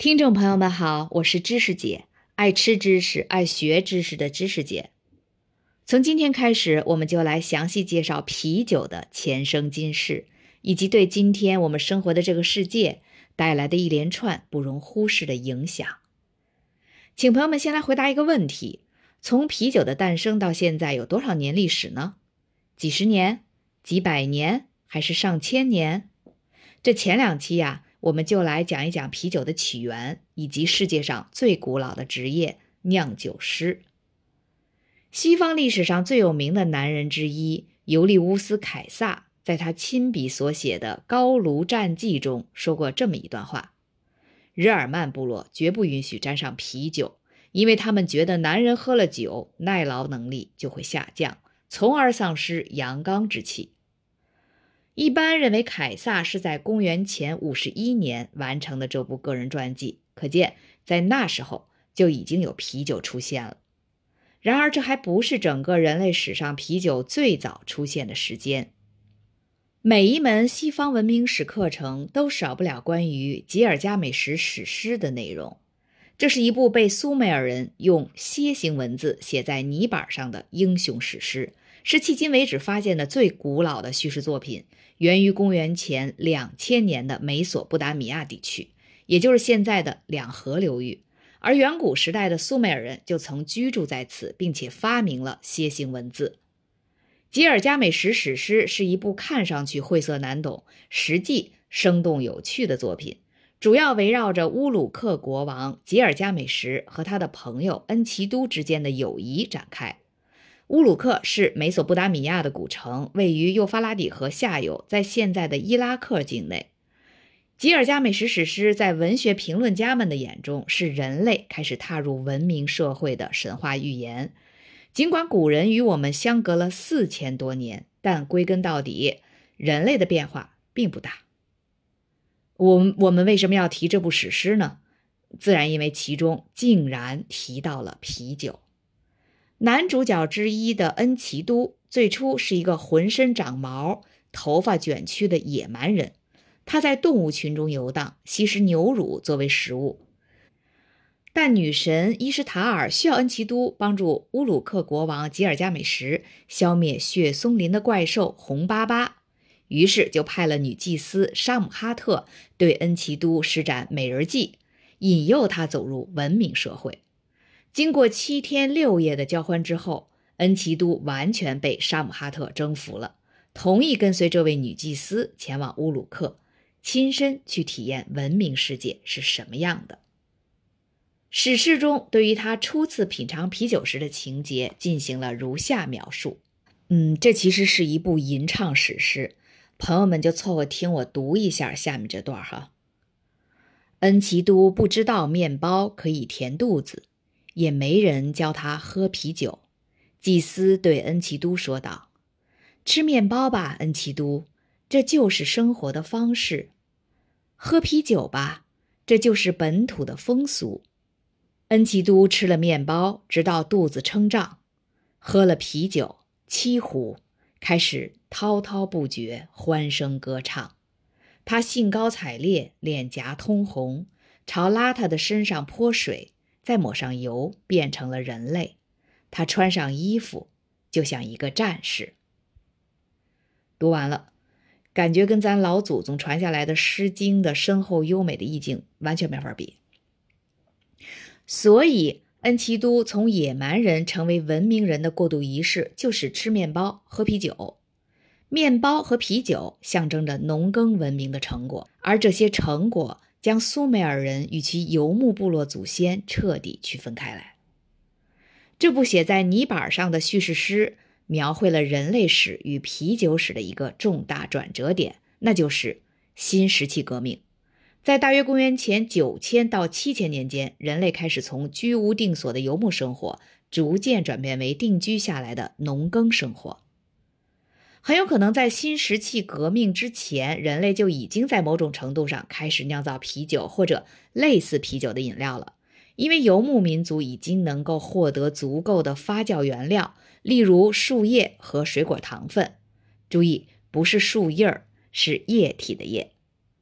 听众朋友们好，我是知识姐，爱吃知识、爱学知识的知识姐。从今天开始，我们就来详细介绍啤酒的前生今世，以及对今天我们生活的这个世界带来的一连串不容忽视的影响。请朋友们先来回答一个问题：从啤酒的诞生到现在有多少年历史呢？几十年、几百年，还是上千年？这前两期我们就来讲一讲啤酒的起源，以及世界上最古老的职业酿酒师。西方历史上最有名的男人之一尤利乌斯·凯撒，在他亲笔所写的《高卢战记》中说过这么一段话：日耳曼部落绝不允许沾上啤酒，因为他们觉得男人喝了酒，耐劳能力就会下降，从而丧失阳刚之气。一般认为凯撒是在公元前51年完成的这部个人传记，可见在那时候就已经有啤酒出现了。然而这还不是整个人类史上啤酒最早出现的时间。每一门西方文明史课程都少不了关于吉尔加美什史诗的内容。这是一部被苏美尔人用楔形文字写在泥板上的英雄史诗，是迄今为止发现的最古老的叙事作品，源于公元前2000年的美索不达米亚地区，也就是现在的两河流域。而远古时代的苏美尔人就曾居住在此，并且发明了楔形文字。吉尔加美什史诗是一部看上去晦涩难懂，实际生动有趣的作品，主要围绕着乌鲁克国王吉尔加美什和他的朋友恩奇都之间的友谊展开。乌鲁克是美索不达米亚的古城，位于幼发拉底河下游，在现在的伊拉克境内。吉尔加美什史诗在文学评论家们的眼中是人类开始踏入文明社会的神话寓言。尽管古人与我们相隔了4000多年，但归根到底，人类的变化并不大。我们为什么要提这部史诗呢？自然因为其中竟然提到了啤酒。男主角之一的恩奇都最初是一个浑身长毛、头发卷曲的野蛮人，他在动物群中游荡，吸食牛乳作为食物。但女神伊什塔尔需要恩奇都帮助乌鲁克国王吉尔加美什消灭血松林的怪兽红巴巴，于是就派了女祭司沙姆哈特对恩奇都施展美人计，引诱他走入文明社会。经过7天6夜的交欢之后，恩奇都完全被沙姆哈特征服了，同意跟随这位女祭司前往乌鲁克，亲身去体验文明世界是什么样的。史诗中对于他初次品尝啤酒时的情节进行了如下描述。这其实是一部吟唱史诗，朋友们就凑合听我读一下下面这段哈。恩奇都不知道面包可以填肚子，也没人教他喝啤酒。祭司对恩奇都说道：吃面包吧，恩奇都，这就是生活的方式。喝啤酒吧，这就是本土的风俗。恩奇都吃了面包，直到肚子撑胀，喝了啤酒7壶，开始滔滔不绝，欢声歌唱。他兴高采烈，脸颊通红，朝邋遢的身上泼水，再抹上油，变成了人类。他穿上衣服，就像一个战士。读完了，感觉跟咱老祖宗传下来的《诗经》的深厚优美的意境完全没法比。所以恩奇都从野蛮人成为文明人的过渡仪式就是吃面包喝啤酒。面包和啤酒象征着农耕文明的成果，而这些成果将苏美尔人与其游牧部落祖先彻底区分开来。这部写在泥板上的叙事诗描绘了人类史与啤酒史的一个重大转折点，那就是新石器革命。在大约公元前9000到7000年间，人类开始从居无定所的游牧生活逐渐转变为定居下来的农耕生活。很有可能在新石器革命之前，人类就已经在某种程度上开始酿造啤酒或者类似啤酒的饮料了，因为游牧民族已经能够获得足够的发酵原料，例如树叶和水果糖分。注意，不是树叶儿，是液体的液。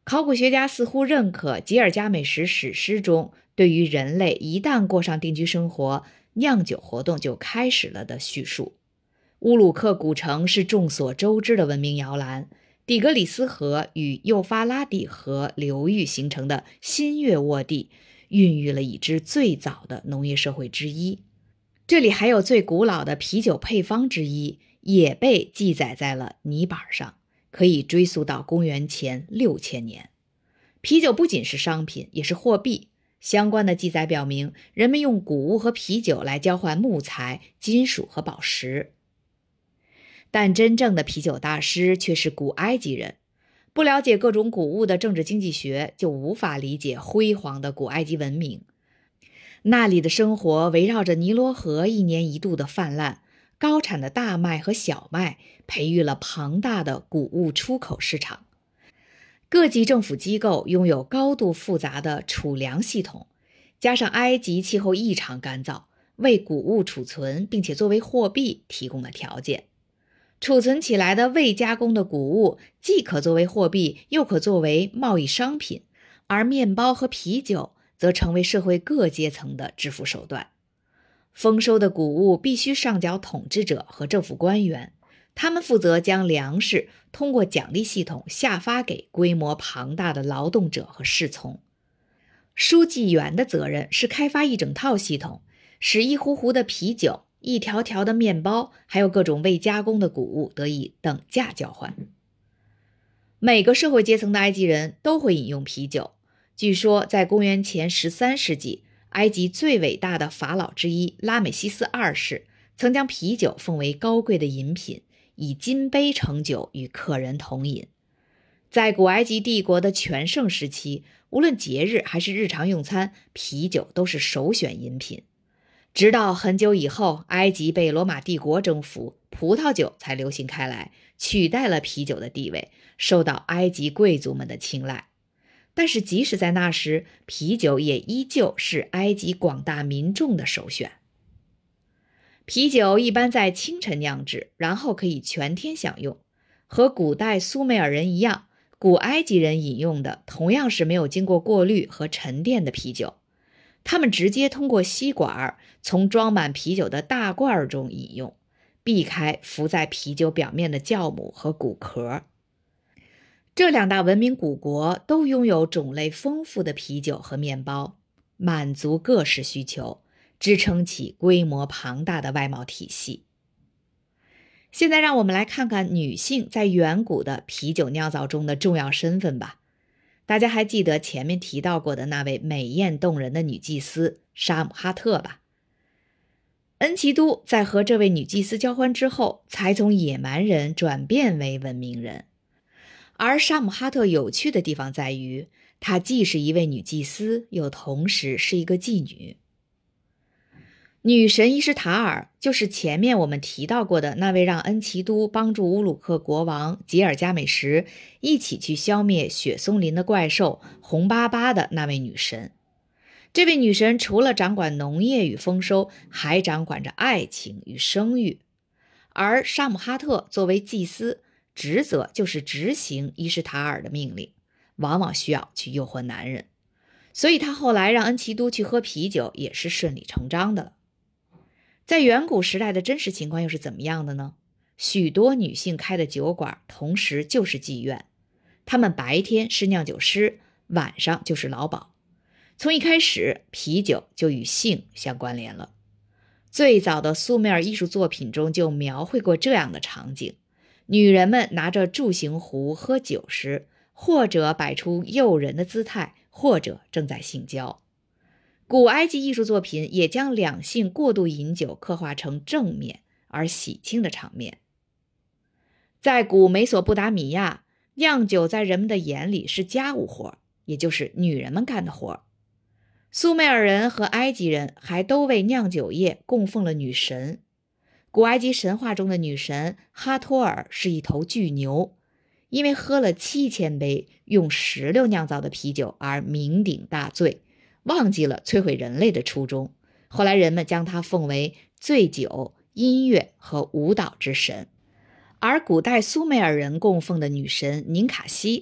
考古学家似乎认可吉尔加美什史诗中对于人类一旦过上定居生活，酿酒活动就开始了的叙述。乌鲁克古城是众所周知的文明摇篮，底格里斯河与幼发拉底河流域形成的新月沃地孕育了已知最早的农业社会之一。这里还有最古老的啤酒配方之一，也被记载在了泥板上，可以追溯到公元前6000年。啤酒不仅是商品，也是货币。相关的记载表明，人们用谷物和啤酒来交换木材、金属和宝石。但真正的啤酒大师却是古埃及人。不了解各种谷物的政治经济学，就无法理解辉煌的古埃及文明。那里的生活围绕着尼罗河一年一度的泛滥，高产的大麦和小麦培育了庞大的谷物出口市场。各级政府机构拥有高度复杂的储粮系统，加上埃及气候异常干燥，为谷物储存并且作为货币提供了条件。储存起来的未加工的谷物既可作为货币，又可作为贸易商品，而面包和啤酒则成为社会各阶层的支付手段。丰收的谷物必须上缴统治者和政府官员，他们负责将粮食通过奖励系统下发给规模庞大的劳动者和侍从。书记员的责任是开发一整套系统，使一壶壶的啤酒、一条条的面包，还有各种未加工的谷物得以等价交换。每个社会阶层的埃及人都会饮用啤酒。据说在公元前13世纪，埃及最伟大的法老之一拉美西斯2世曾将啤酒奉为高贵的饮品，以金杯盛酒与客人同饮。在古埃及帝国的全盛时期，无论节日还是日常用餐，啤酒都是首选饮品。直到很久以后，埃及被罗马帝国征服，葡萄酒才流行开来，取代了啤酒的地位，受到埃及贵族们的青睐。但是即使在那时，啤酒也依旧是埃及广大民众的首选。啤酒一般在清晨酿制，然后可以全天享用。和古代苏美尔人一样，古埃及人饮用的同样是没有经过过滤和沉淀的啤酒。他们直接通过吸管从装满啤酒的大罐中饮用，避开浮在啤酒表面的酵母和骨壳。这两大文明古国都拥有种类丰富的啤酒和面包，满足各式需求，支撑起规模庞大的外贸体系。现在让我们来看看女性在远古的啤酒酿造中的重要身份吧。大家还记得前面提到过的那位美艳动人的女祭司沙姆哈特吧？恩奇都在和这位女祭司交欢之后，才从野蛮人转变为文明人。而沙姆哈特有趣的地方在于，她既是一位女祭司，又同时是一个妓女。女神伊什塔尔就是前面我们提到过的那位让恩奇都帮助乌鲁克国王吉尔加美什一起去消灭雪松林的怪兽红巴巴的那位女神。这位女神除了掌管农业与丰收，还掌管着爱情与生育。而沙姆哈特作为祭司，职责就是执行伊什塔尔的命令，往往需要去诱惑男人，所以他后来让恩奇都去喝啤酒也是顺理成章的了。在远古时代的真实情况又是怎么样的呢？许多女性开的酒馆同时就是妓院，她们白天是酿酒师，晚上就是老鸨。从一开始，啤酒就与性相关联了。最早的苏美尔艺术作品中就描绘过这样的场景：女人们拿着柱形壶喝酒时，或者摆出诱人的姿态，或者正在性交。古埃及艺术作品也将两性过度饮酒刻画成正面而喜庆的场面。在古美索不达米亚，酿酒在人们的眼里是家务活，也就是女人们干的活。苏美尔人和埃及人还都为酿酒业供奉了女神。古埃及神话中的女神哈托尔是一头巨牛，因为喝了7000杯用石榴酿造的啤酒而酩酊大醉，忘记了摧毁人类的初衷。后来人们将它奉为醉酒、音乐和舞蹈之神。而古代苏美尔人供奉的女神宁卡西，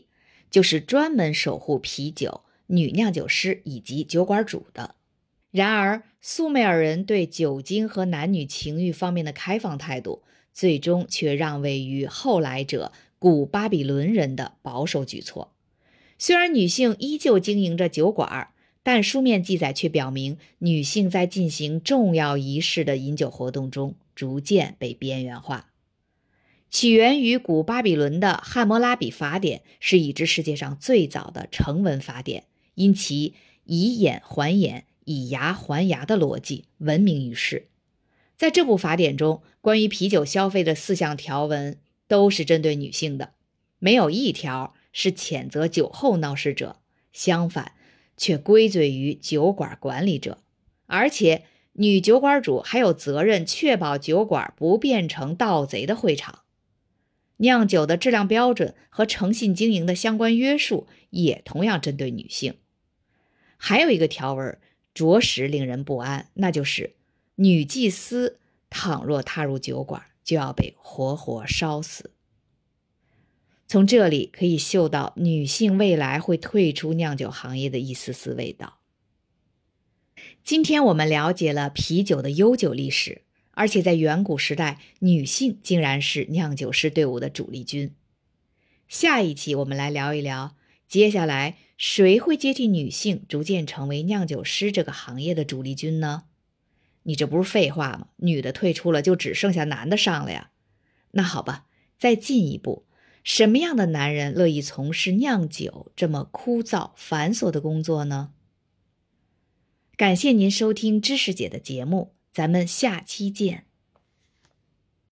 就是专门守护啤酒、女酿酒师以及酒馆主的。然而，苏美尔人对酒精和男女情欲方面的开放态度，最终却让位于后来者古巴比伦人的保守举措。虽然女性依旧经营着酒馆，但书面记载却表明，女性在进行重要仪式的饮酒活动中逐渐被边缘化。起源于古巴比伦的汉谟拉比法典是已知世界上最早的成文法典，因其以眼还眼、以牙还牙的逻辑闻名于世。在这部法典中，关于啤酒消费的4项条文都是针对女性的，没有一条是谴责酒后闹事者，相反，却归罪于酒馆管理者。而且，女酒馆主还有责任确保酒馆不变成盗贼的会场。酿酒的质量标准和诚信经营的相关约束也同样针对女性。还有一个条文着实令人不安，那就是女祭司倘若踏入酒馆，就要被活活烧死。从这里可以嗅到女性未来会退出酿酒行业的一丝丝味道。今天我们了解了啤酒的悠久历史，而且在远古时代，女性竟然是酿酒师队伍的主力军。下一期我们来聊一聊，接下来谁会接替女性逐渐成为酿酒师这个行业的主力军呢？你这不是废话吗？女的退出了，就只剩下男的上了呀。那好吧，再进一步，什么样的男人乐意从事酿酒这么枯燥繁琐的工作呢？感谢您收听知识姐的节目，咱们下期见。